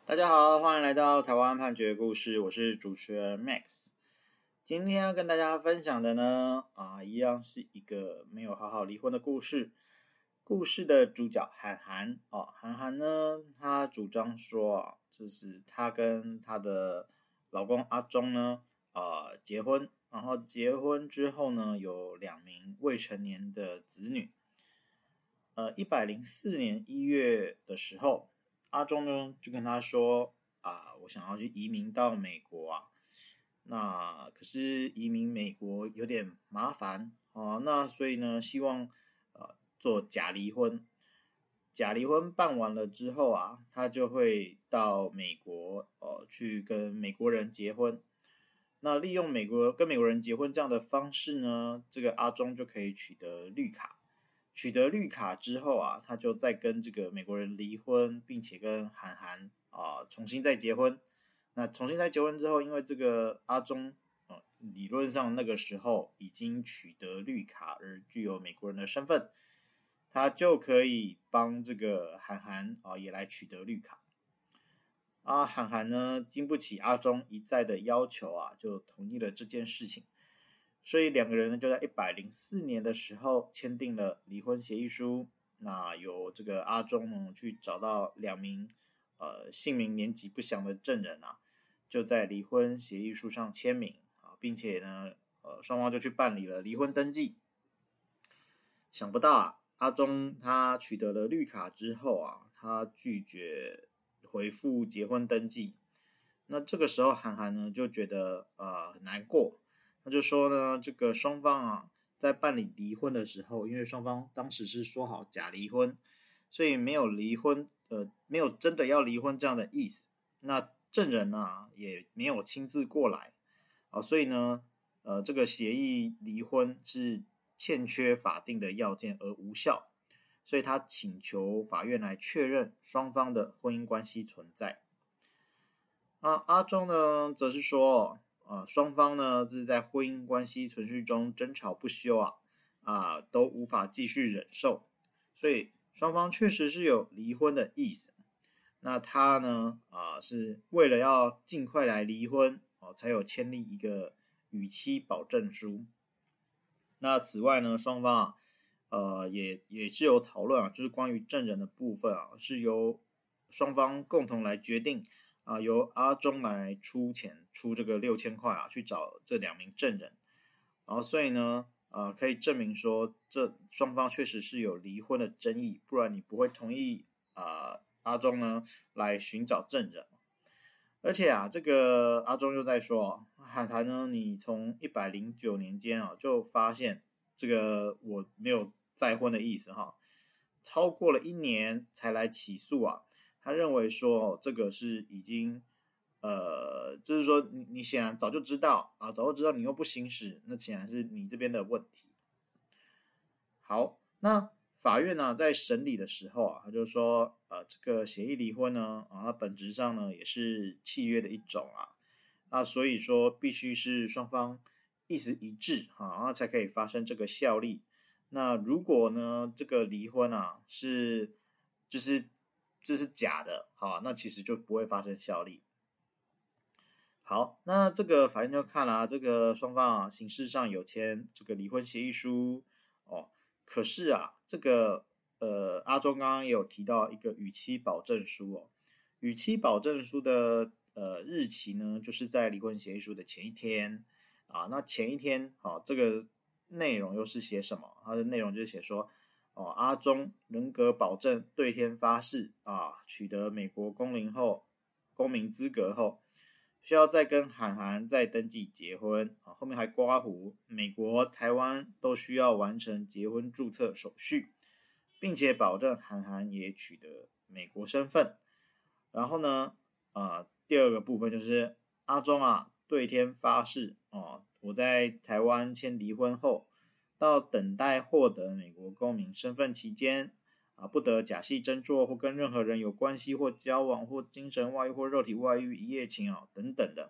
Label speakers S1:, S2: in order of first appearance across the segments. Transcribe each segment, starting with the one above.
S1: 大家好，欢迎来到台湾判决故事，我是主持人 Max。今天要跟大家分享的呢，一样是一个没有好好离婚的故事。故事的主角韩寒韩寒呢，他主张说就是他跟他的老公阿忠呢，结婚，然后结婚之后呢，有2名未成年的子女。104年1月的时候，阿忠呢就跟他说我想要去移民到美国那可是移民美国有点麻烦那所以呢希望做假离婚。假离婚办完了之后他就会到美国去跟美国人结婚。那利用跟美国人结婚这样的方式呢，这个阿忠就可以取得绿卡。取得绿卡之后他就再跟这个美国人离婚，并且跟韩寒重新再结婚。那重新再结婚之后，因为这个阿忠理论上那个时候已经取得绿卡而具有美国人的身份，他就可以帮这个韩寒也来取得绿卡。韩寒呢经不起阿忠一再的要求就同意了这件事情。所以2个人呢就在104年的时候签订了离婚协议书。那由这个阿忠呢去找到2名姓名年纪不详的证人就在离婚协议书上签名并且呢双方就去办理了离婚登记。想不到阿忠他取得了绿卡之后他拒绝回复结婚登记。那这个时候韩寒呢就觉得很难过。他就说呢，这个双方在办理离婚的时候，因为双方当时是说好假离婚，所以没有离婚，没有真的要离婚这样的意思。那证人也没有亲自过来，所以呢，这个协议离婚是欠缺法定的要件而无效，所以他请求法院来确认双方的婚姻关系存在。阿忠呢，则是说双方呢是在婚姻关系存续中争吵不休都无法继续忍受，所以双方确实是有离婚的意思。那他呢是为了要尽快来离婚才有签订一个与妻保证书。那此外呢，双方也是有讨论就是关于证人的部分是由双方共同来决定由阿忠来出钱，出这个6000块去找这2名证人。然后所以呢可以证明说这双方确实是有离婚的争议，不然你不会同意阿忠呢来寻找证人。而且这个阿忠又在说韩寒呢，你从109年间就发现这个我没有再婚的意思超过了1年才来起诉他认为说这个是已经就是说你显然早就知道早就知道你又不行使，那显然是你这边的问题。好，那法院在审理的时候他就说这个协议离婚呢它本质上呢也是契约的一种所以说必须是双方意思一致然后才可以发生这个效力。那如果呢这个离婚是就是假的那其实就不会发生效力。好，那这个法院就看了这个双方形式上有签这个离婚协议书可是这个阿忠刚刚也有提到一个与妻保证书与妻保证书的日期呢就是在离婚协议书的前一天那前一天这个内容又是写什么？它的内容就是写说阿忠人格保证对天发誓取得美国公民资格后，需要再跟韩寒再登记结婚后面还括弧美国、台湾都需要完成结婚注册手续，并且保证韩寒也取得美国身份。然后呢第二个部分就是阿忠对天发誓我在台湾签离婚后，到等待获得美国公民身份期间不得假戏真做或跟任何人有关系或交往或精神外遇或肉体外遇、一夜情等等的。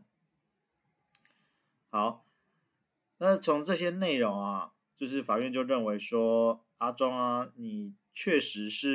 S1: 好，那从这些内容就是法院就认为说阿忠你确实是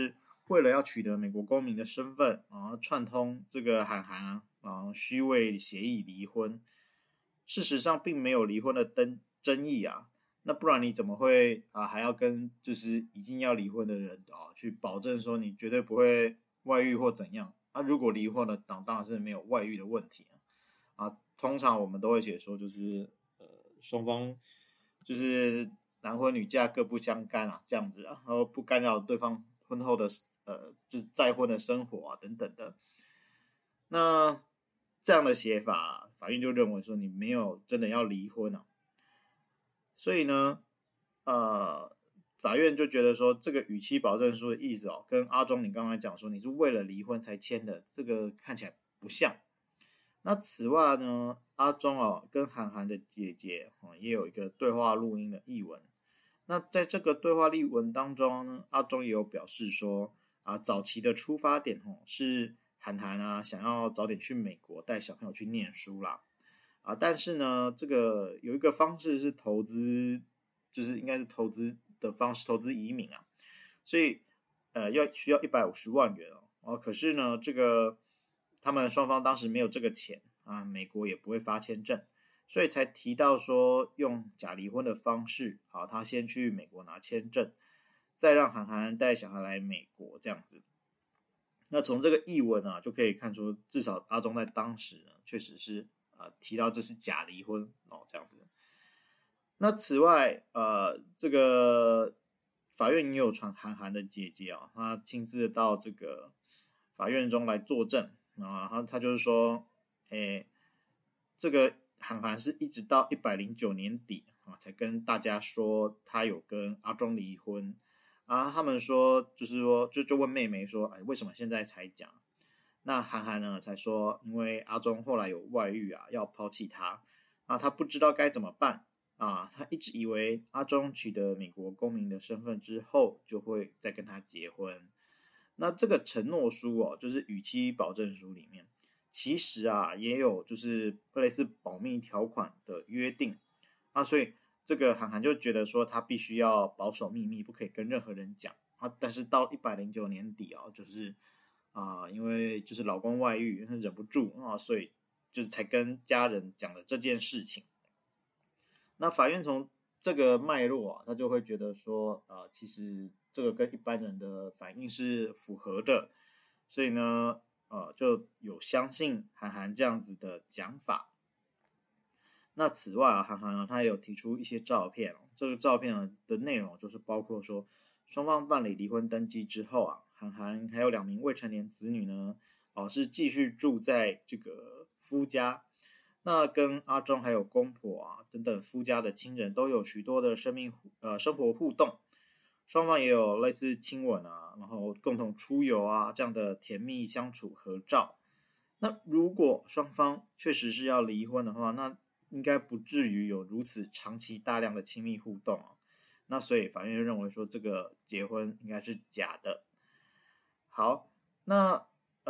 S1: 为了要取得美国公民的身份，然后串通这个韩啊，然后虚伪协议离婚。事实上并没有离婚的争议啊，那不然你怎么会还要跟就是已经要离婚的人去保证说你绝对不会外遇或怎样？如果离婚了，当然是没有外遇的问题通常我们都会写说就是双方就是男婚女嫁各不相干这样子然后不干扰对方婚后的就是再婚的生活等等的。那这样的写法，法院就认为说你没有真的要离婚所以呢，法院就觉得说这个与妻保证书的意思跟阿中你刚才讲说你是为了离婚才签的，这个看起来不像。那此外呢，阿中跟韩的姐姐也有一个对话录音的译文。那在这个对话译文当中呢，阿中也有表示说早期的出发点是韩想要早点去美国带小朋友去念书啦但是呢，这个有一个方式是投资，就是应该是投资的方式，投资移民所以需要150万元可是呢，这个他们双方当时没有这个钱美国也不会发签证，所以才提到说用假离婚的方式他先去美国拿签证，再让韩带小孩来美国这样子。那从这个译文就可以看出，至少阿中在当时呢，确实是提到这是假离婚这样子。那此外这个法院也有传韩的姐姐她亲自到这个法院中来作证他就是说这个韩是一直到109年底才跟大家说他有跟阿中离婚他们说就是说就问妹妹说为什么现在才讲？那韩呢才说因为阿中后来有外遇要抛弃他他不知道该怎么办他一直以为阿中取得美国公民的身份之后就会再跟他结婚。那这个承诺书就是与妻保证书里面其实也有就是类似保密条款的约定所以这个韩就觉得说他必须要保守秘密，不可以跟任何人讲但是到109年底就是因为就是老公外遇忍不住所以就是才跟家人讲了这件事情。那法院从这个脉络他就会觉得说其实这个跟一般人的反应是符合的，所以呢就有相信韩这样子的讲法。那此外韩他也有提出一些照片这个照片的内容就是包括说双方办理离婚登记之后韩还有2名未成年子女呢是继续住在这个夫家，那跟阿中还有公婆等等夫家的亲人都有许多的生活互动，双方也有类似亲吻然后共同出游这样的甜蜜相处合照。那如果双方确实是要离婚的话，那应该不至于有如此长期大量的亲密互动那所以法院就认为说这个结婚应该是假的。好，那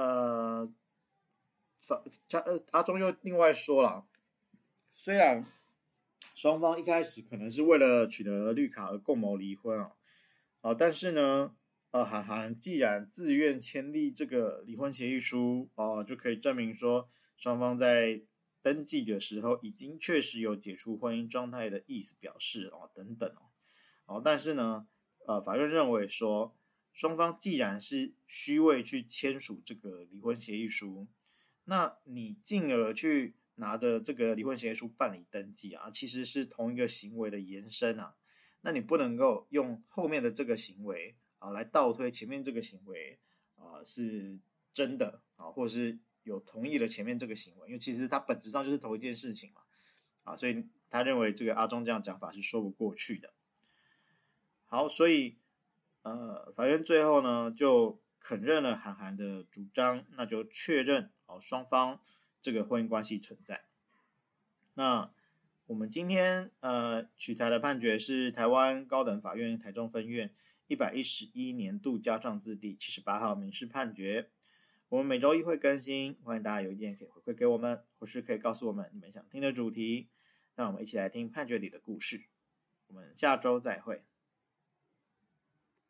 S1: 阿中又另外说了，虽然双方一开始可能是为了取得绿卡而共谋离婚但是呢韩既然自愿签订这个离婚协议书就可以证明说双方在登记的时候已经确实有解除婚姻状态的意思表示等等但是呢法院认为说双方既然是虚伪去签署这个离婚协议书，那你进而去拿着这个离婚协议书办理登记其实是同一个行为的延伸那你不能够用后面的这个行为来倒推前面这个行为是真的或者是有同意了前面这个行为，因为其实它本质上就是同一件事情嘛所以他认为这个阿中这样讲法是说不过去的。好，所以法院最后呢就肯认了韩的主张，那就确认双方这个婚姻关系存在。那我们今天取材的判决是台湾高等法院台中分院111年度家账字第78号民事判决。我们每周一会更新，欢迎大家有意见可以回馈给我们，或是可以告诉我们你们想听的主题，让我们一起来听判决里的故事。我们下周再会。